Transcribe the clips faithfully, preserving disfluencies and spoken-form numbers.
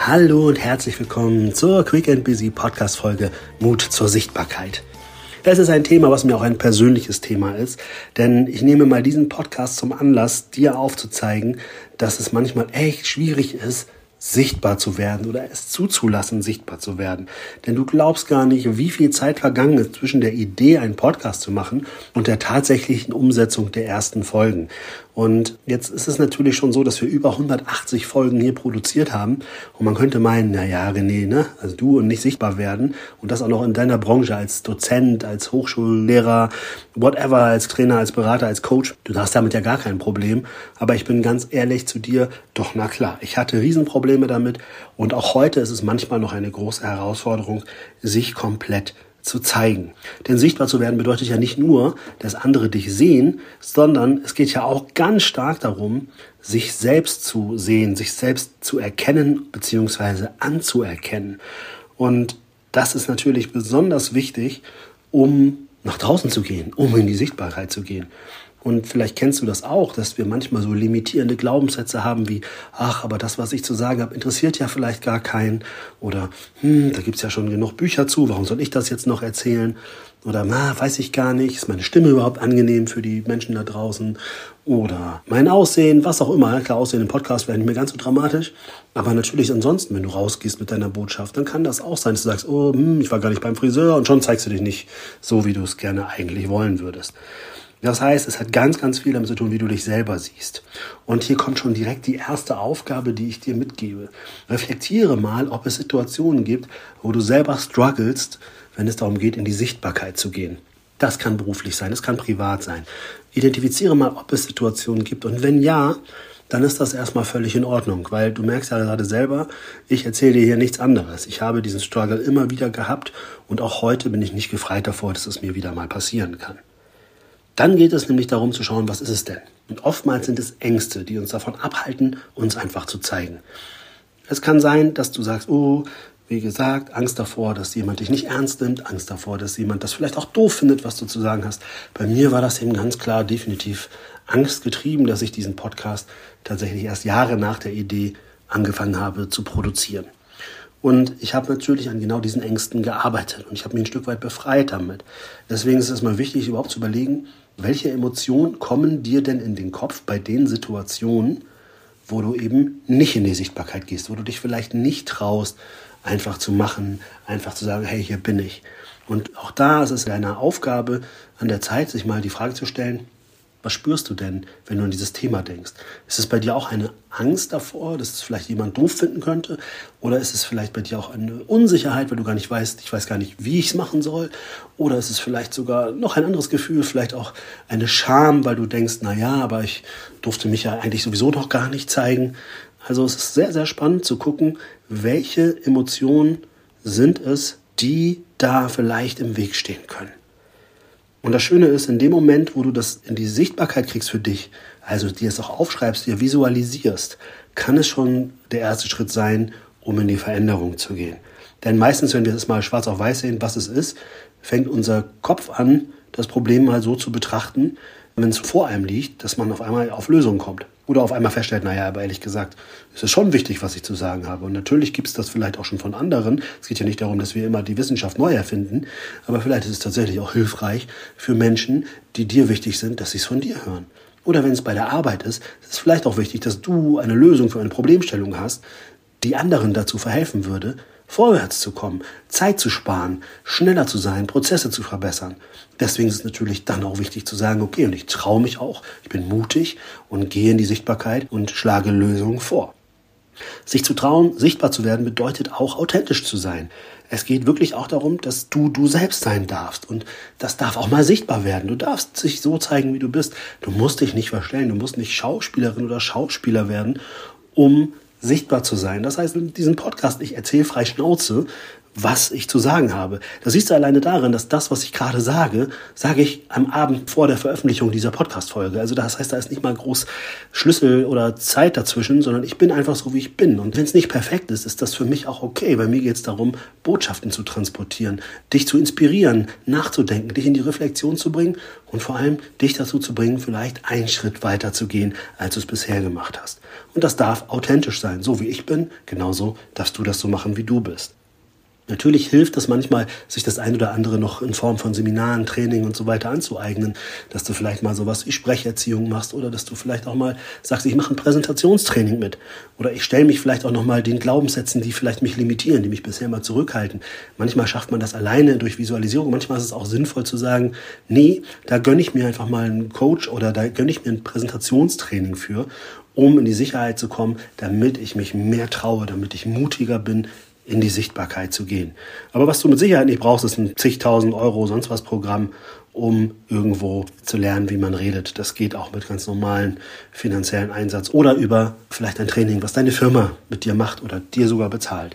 Hallo und herzlich willkommen zur Quick and Busy Podcast-Folge Mut zur Sichtbarkeit. Das ist ein Thema, was mir auch ein persönliches Thema ist, denn ich nehme mal diesen Podcast zum Anlass, dir aufzuzeigen, dass es manchmal echt schwierig ist, sichtbar zu werden oder es zuzulassen, sichtbar zu werden. Denn du glaubst gar nicht, wie viel Zeit vergangen ist zwischen der Idee, einen Podcast zu machen und der tatsächlichen Umsetzung der ersten Folgen. Und jetzt ist es natürlich schon so, dass wir über hundertachtzig Folgen hier produziert haben. Und man könnte meinen, na ja, René, ne? Also du und nicht sichtbar werden. Und das auch noch in deiner Branche als Dozent, als Hochschullehrer, whatever, als Trainer, als Berater, als Coach. Du hast damit ja gar kein Problem. Aber ich bin ganz ehrlich zu dir, doch na klar, ich hatte Riesenprobleme damit. Und auch heute ist es manchmal noch eine große Herausforderung, sich komplett zu zeigen. Denn sichtbar zu werden bedeutet ja nicht nur, dass andere dich sehen, sondern es geht ja auch ganz stark darum, sich selbst zu sehen, sich selbst zu erkennen bzw. anzuerkennen. Und das ist natürlich besonders wichtig, um nach draußen zu gehen, um in die Sichtbarkeit zu gehen. Und vielleicht kennst du das auch, dass wir manchmal so limitierende Glaubenssätze haben wie, ach, aber das, was ich zu sagen habe, interessiert ja vielleicht gar keinen. Oder, hm, da gibt's ja schon genug Bücher zu, warum soll ich das jetzt noch erzählen? Oder, na, weiß ich gar nicht, ist meine Stimme überhaupt angenehm für die Menschen da draußen? Oder mein Aussehen, was auch immer. Klar, Aussehen im Podcast wäre nicht mehr ganz so dramatisch. Aber natürlich ansonsten, wenn du rausgehst mit deiner Botschaft, dann kann das auch sein, dass du sagst, oh, hm, ich war gar nicht beim Friseur und schon zeigst du dich nicht so, wie du es gerne eigentlich wollen würdest. Das heißt, es hat ganz, ganz viel damit zu tun, wie du dich selber siehst. Und hier kommt schon direkt die erste Aufgabe, die ich dir mitgebe. Reflektiere mal, ob es Situationen gibt, wo du selber strugglest, wenn es darum geht, in die Sichtbarkeit zu gehen. Das kann beruflich sein, das kann privat sein. Identifiziere mal, ob es Situationen gibt. Und wenn ja, dann ist das erstmal völlig in Ordnung, weil du merkst ja gerade selber, ich erzähle dir hier nichts anderes. Ich habe diesen Struggle immer wieder gehabt und auch heute bin ich nicht gefreit davor, dass es mir wieder mal passieren kann. Dann geht es nämlich darum zu schauen, was ist es denn? Und oftmals sind es Ängste, die uns davon abhalten, uns einfach zu zeigen. Es kann sein, dass du sagst, oh, wie gesagt, Angst davor, dass jemand dich nicht ernst nimmt, Angst davor, dass jemand das vielleicht auch doof findet, was du zu sagen hast. Bei mir war das eben ganz klar definitiv angstgetrieben, dass ich diesen Podcast tatsächlich erst Jahre nach der Idee angefangen habe zu produzieren. Und ich habe natürlich an genau diesen Ängsten gearbeitet und ich habe mich ein Stück weit befreit damit. Deswegen ist es mal wichtig, überhaupt zu überlegen, welche Emotionen kommen dir denn in den Kopf bei den Situationen, wo du eben nicht in die Sichtbarkeit gehst, wo du dich vielleicht nicht traust, einfach zu machen, einfach zu sagen, hey, hier bin ich. Und auch da ist es deine Aufgabe an der Zeit, sich mal die Frage zu stellen, was spürst du denn, wenn du an dieses Thema denkst? Ist es bei dir auch eine Angst davor, dass es vielleicht jemand doof finden könnte? Oder ist es vielleicht bei dir auch eine Unsicherheit, weil du gar nicht weißt, ich weiß gar nicht, wie ich es machen soll? Oder ist es vielleicht sogar noch ein anderes Gefühl, vielleicht auch eine Scham, weil du denkst, na ja, aber ich durfte mich ja eigentlich sowieso noch gar nicht zeigen. Also es ist sehr, sehr spannend zu gucken, welche Emotionen sind es, die da vielleicht im Weg stehen können. Und das Schöne ist, in dem Moment, wo du das in die Sichtbarkeit kriegst für dich, also dir es auch aufschreibst, dir visualisierst, kann es schon der erste Schritt sein, um in die Veränderung zu gehen. Denn meistens, wenn wir das mal schwarz auf weiß sehen, was es ist, fängt unser Kopf an, das Problem mal so zu betrachten, wenn es vor einem liegt, dass man auf einmal auf Lösungen kommt. Oder auf einmal feststellt, naja, aber ehrlich gesagt, es ist schon wichtig, was ich zu sagen habe. Und natürlich gibt es das vielleicht auch schon von anderen. Es geht ja nicht darum, dass wir immer die Wissenschaft neu erfinden. Aber vielleicht ist es tatsächlich auch hilfreich für Menschen, die dir wichtig sind, dass sie es von dir hören. Oder wenn es bei der Arbeit ist, ist es vielleicht auch wichtig, dass du eine Lösung für eine Problemstellung hast, die anderen dazu verhelfen würde, vorwärts zu kommen, Zeit zu sparen, schneller zu sein, Prozesse zu verbessern. Deswegen ist es natürlich dann auch wichtig zu sagen, okay, und ich traue mich auch, ich bin mutig und gehe in die Sichtbarkeit und schlage Lösungen vor. Sich zu trauen, sichtbar zu werden, bedeutet auch authentisch zu sein. Es geht wirklich auch darum, dass du du selbst sein darfst und das darf auch mal sichtbar werden. Du darfst dich so zeigen, wie du bist. Du musst dich nicht verstellen, du musst nicht Schauspielerin oder Schauspieler werden, um sichtbar zu sein. Das heißt, in diesem Podcast, ich erzähle frei Schnauze, was ich zu sagen habe. Das siehst du alleine darin, dass das, was ich gerade sage, sage ich am Abend vor der Veröffentlichung dieser Podcast-Folge. Also das heißt, da ist nicht mal groß Schlüssel oder Zeit dazwischen, sondern ich bin einfach so, wie ich bin. Und wenn es nicht perfekt ist, ist das für mich auch okay, weil mir geht es darum, Botschaften zu transportieren, dich zu inspirieren, nachzudenken, dich in die Reflexion zu bringen und vor allem dich dazu zu bringen, vielleicht einen Schritt weiter zu gehen, als du es bisher gemacht hast. Und das darf authentisch sein. So wie ich bin, genauso darfst du das so machen, wie du bist. Natürlich hilft es manchmal, sich das ein oder andere noch in Form von Seminaren, Training und so weiter anzueignen, dass du vielleicht mal sowas wie Sprecherziehung machst oder dass du vielleicht auch mal sagst, ich mache ein Präsentationstraining mit oder ich stelle mich vielleicht auch noch mal den Glaubenssätzen, die vielleicht mich limitieren, die mich bisher mal zurückhalten. Manchmal schafft man das alleine durch Visualisierung, manchmal ist es auch sinnvoll zu sagen, nee, da gönne ich mir einfach mal einen Coach oder da gönne ich mir ein Präsentationstraining für, um in die Sicherheit zu kommen, damit ich mich mehr traue, damit ich mutiger bin, in die Sichtbarkeit zu gehen. Aber was du mit Sicherheit nicht brauchst, ist ein zigtausend Euro sonst was Programm, um irgendwo zu lernen, wie man redet. Das geht auch mit ganz normalen finanziellen Einsatz oder über vielleicht ein Training, was deine Firma mit dir macht oder dir sogar bezahlt.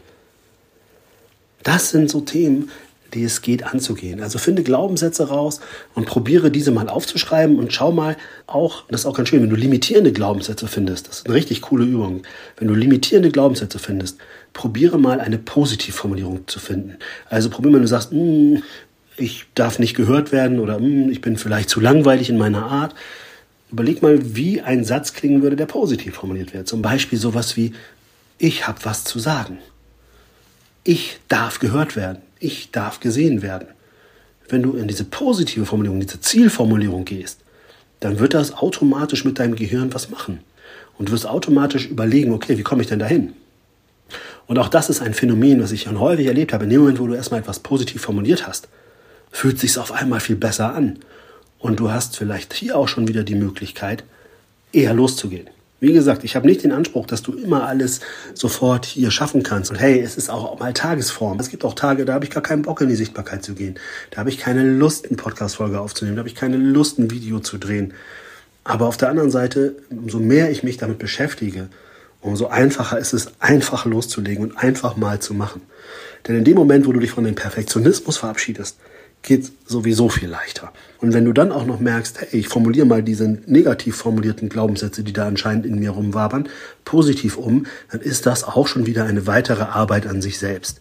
Das sind so Themen, die es geht anzugehen. Also finde Glaubenssätze raus und probiere diese mal aufzuschreiben und schau mal auch, das ist auch ganz schön, wenn du limitierende Glaubenssätze findest, das ist eine richtig coole Übung, wenn du limitierende Glaubenssätze findest, probiere mal eine Positivformulierung zu finden. Also probiere mal, wenn du sagst, ich darf nicht gehört werden oder ich bin vielleicht zu langweilig in meiner Art. Überleg mal, wie ein Satz klingen würde, der positiv formuliert wird. Zum Beispiel sowas wie, ich habe was zu sagen. Ich darf gehört werden. Ich darf gesehen werden. Wenn du in diese positive Formulierung, diese Zielformulierung gehst, dann wird das automatisch mit deinem Gehirn was machen. Und du wirst automatisch überlegen, okay, wie komme ich denn dahin? Und auch das ist ein Phänomen, was ich schon häufig erlebt habe. In dem Moment, wo du erstmal etwas positiv formuliert hast, fühlt es sich auf einmal viel besser an. Und du hast vielleicht hier auch schon wieder die Möglichkeit, eher loszugehen. Wie gesagt, ich habe nicht den Anspruch, dass du immer alles sofort hier schaffen kannst. Und hey, es ist auch mal Tagesform. Es gibt auch Tage, da habe ich gar keinen Bock, in die Sichtbarkeit zu gehen. Da habe ich keine Lust, eine Podcast-Folge aufzunehmen. Da habe ich keine Lust, ein Video zu drehen. Aber auf der anderen Seite, umso mehr ich mich damit beschäftige, umso einfacher ist es, einfach loszulegen und einfach mal zu machen. Denn in dem Moment, wo du dich von dem Perfektionismus verabschiedest, geht sowieso viel leichter. Und wenn du dann auch noch merkst, hey, ich formuliere mal diese negativ formulierten Glaubenssätze, die da anscheinend in mir rumwabern, positiv um, dann ist das auch schon wieder eine weitere Arbeit an sich selbst.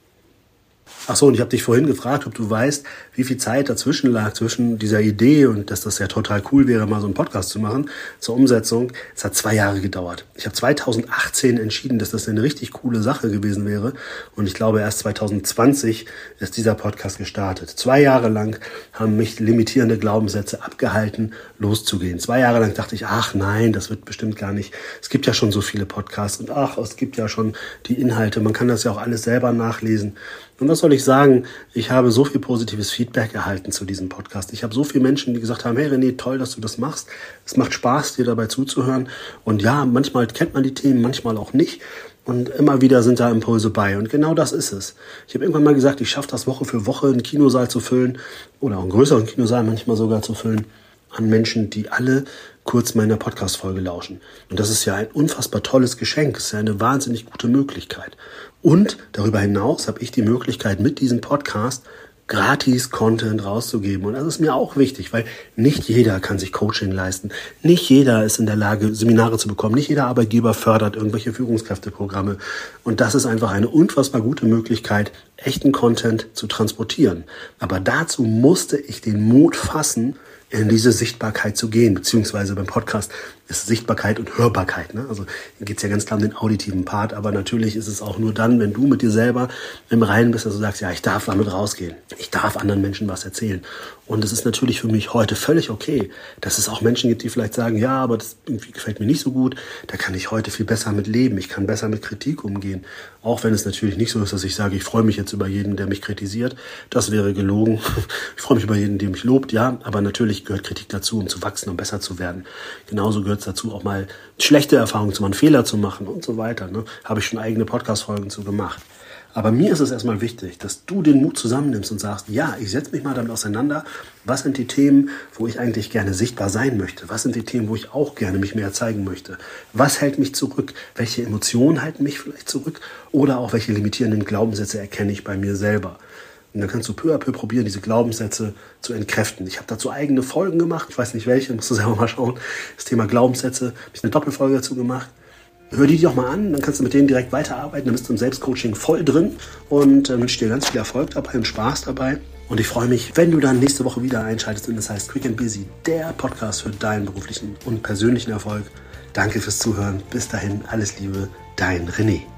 Ach so, und ich habe dich vorhin gefragt, ob du weißt, wie viel Zeit dazwischen lag, zwischen dieser Idee und dass das ja total cool wäre, mal so einen Podcast zu machen, zur Umsetzung. Es hat zwei Jahre gedauert. Ich habe zweitausendachtzehn entschieden, dass das eine richtig coole Sache gewesen wäre. Und ich glaube, erst zweitausendzwanzig ist dieser Podcast gestartet. Zwei Jahre lang haben mich limitierende Glaubenssätze abgehalten, loszugehen. Zwei Jahre lang dachte ich, ach nein, das wird bestimmt gar nicht. Es gibt ja schon so viele Podcasts und ach, es gibt ja schon die Inhalte. Man kann das ja auch alles selber nachlesen. Und was soll ich sagen? Ich habe so viel positives Feedback erhalten zu diesem Podcast. Ich habe so viele Menschen, die gesagt haben, hey René, toll, dass du das machst. Es macht Spaß, dir dabei zuzuhören. Und ja, manchmal kennt man die Themen, manchmal auch nicht. Und immer wieder sind da Impulse bei. Und genau das ist es. Ich habe irgendwann mal gesagt, ich schaffe das Woche für Woche, einen Kinosaal zu füllen oder auch einen größeren Kinosaal manchmal sogar zu füllen an Menschen, die alle kurz meiner Podcast-Folge lauschen. Und das ist ja ein unfassbar tolles Geschenk. Das ist ja eine wahnsinnig gute Möglichkeit. Und darüber hinaus habe ich die Möglichkeit, mit diesem Podcast gratis Content rauszugeben. Und das ist mir auch wichtig, weil nicht jeder kann sich Coaching leisten. Nicht jeder ist in der Lage, Seminare zu bekommen. Nicht jeder Arbeitgeber fördert irgendwelche Führungskräfteprogramme. Und das ist einfach eine unfassbar gute Möglichkeit, echten Content zu transportieren. Aber dazu musste ich den Mut fassen, in diese Sichtbarkeit zu gehen, beziehungsweise beim Podcast ist Sichtbarkeit und Hörbarkeit. Ne? Also hier geht es ja ganz klar um den auditiven Part, aber natürlich ist es auch nur dann, wenn du mit dir selber im Reinen bist, dass du sagst, ja, ich darf damit rausgehen, ich darf anderen Menschen was erzählen. Und es ist natürlich für mich heute völlig okay, dass es auch Menschen gibt, die vielleicht sagen, ja, aber das irgendwie gefällt mir nicht so gut, da kann ich heute viel besser mit leben, ich kann besser mit Kritik umgehen. Auch wenn es natürlich nicht so ist, dass ich sage, ich freue mich jetzt über jeden, der mich kritisiert, das wäre gelogen. Ich freue mich über jeden, der mich lobt, ja, aber natürlich gehört Kritik dazu, um zu wachsen und besser zu werden. Genauso gehört es dazu, auch mal schlechte Erfahrungen zu machen, Fehler zu machen und so weiter. Ne? Habe ich schon eigene Podcast-Folgen zu gemacht. Aber mir ist es erstmal wichtig, dass du den Mut zusammennimmst und sagst, ja, ich setze mich mal damit auseinander. Was sind die Themen, wo ich eigentlich gerne sichtbar sein möchte? Was sind die Themen, wo ich auch gerne mich mehr zeigen möchte? Was hält mich zurück? Welche Emotionen halten mich vielleicht zurück? Oder auch welche limitierenden Glaubenssätze erkenne ich bei mir selber? Und dann kannst du peu à peu probieren, diese Glaubenssätze zu entkräften. Ich habe dazu eigene Folgen gemacht. Ich weiß nicht welche, musst du selber mal schauen. Das Thema Glaubenssätze, habe ich eine Doppelfolge dazu gemacht. Hör die doch mal an, dann kannst du mit denen direkt weiterarbeiten. Dann bist du im Selbstcoaching voll drin und äh, wünsche dir ganz viel Erfolg dabei und Spaß dabei. Und ich freue mich, wenn du dann nächste Woche wieder einschaltest. Und das heißt Quick and Busy, der Podcast für deinen beruflichen und persönlichen Erfolg. Danke fürs Zuhören. Bis dahin, alles Liebe, dein René.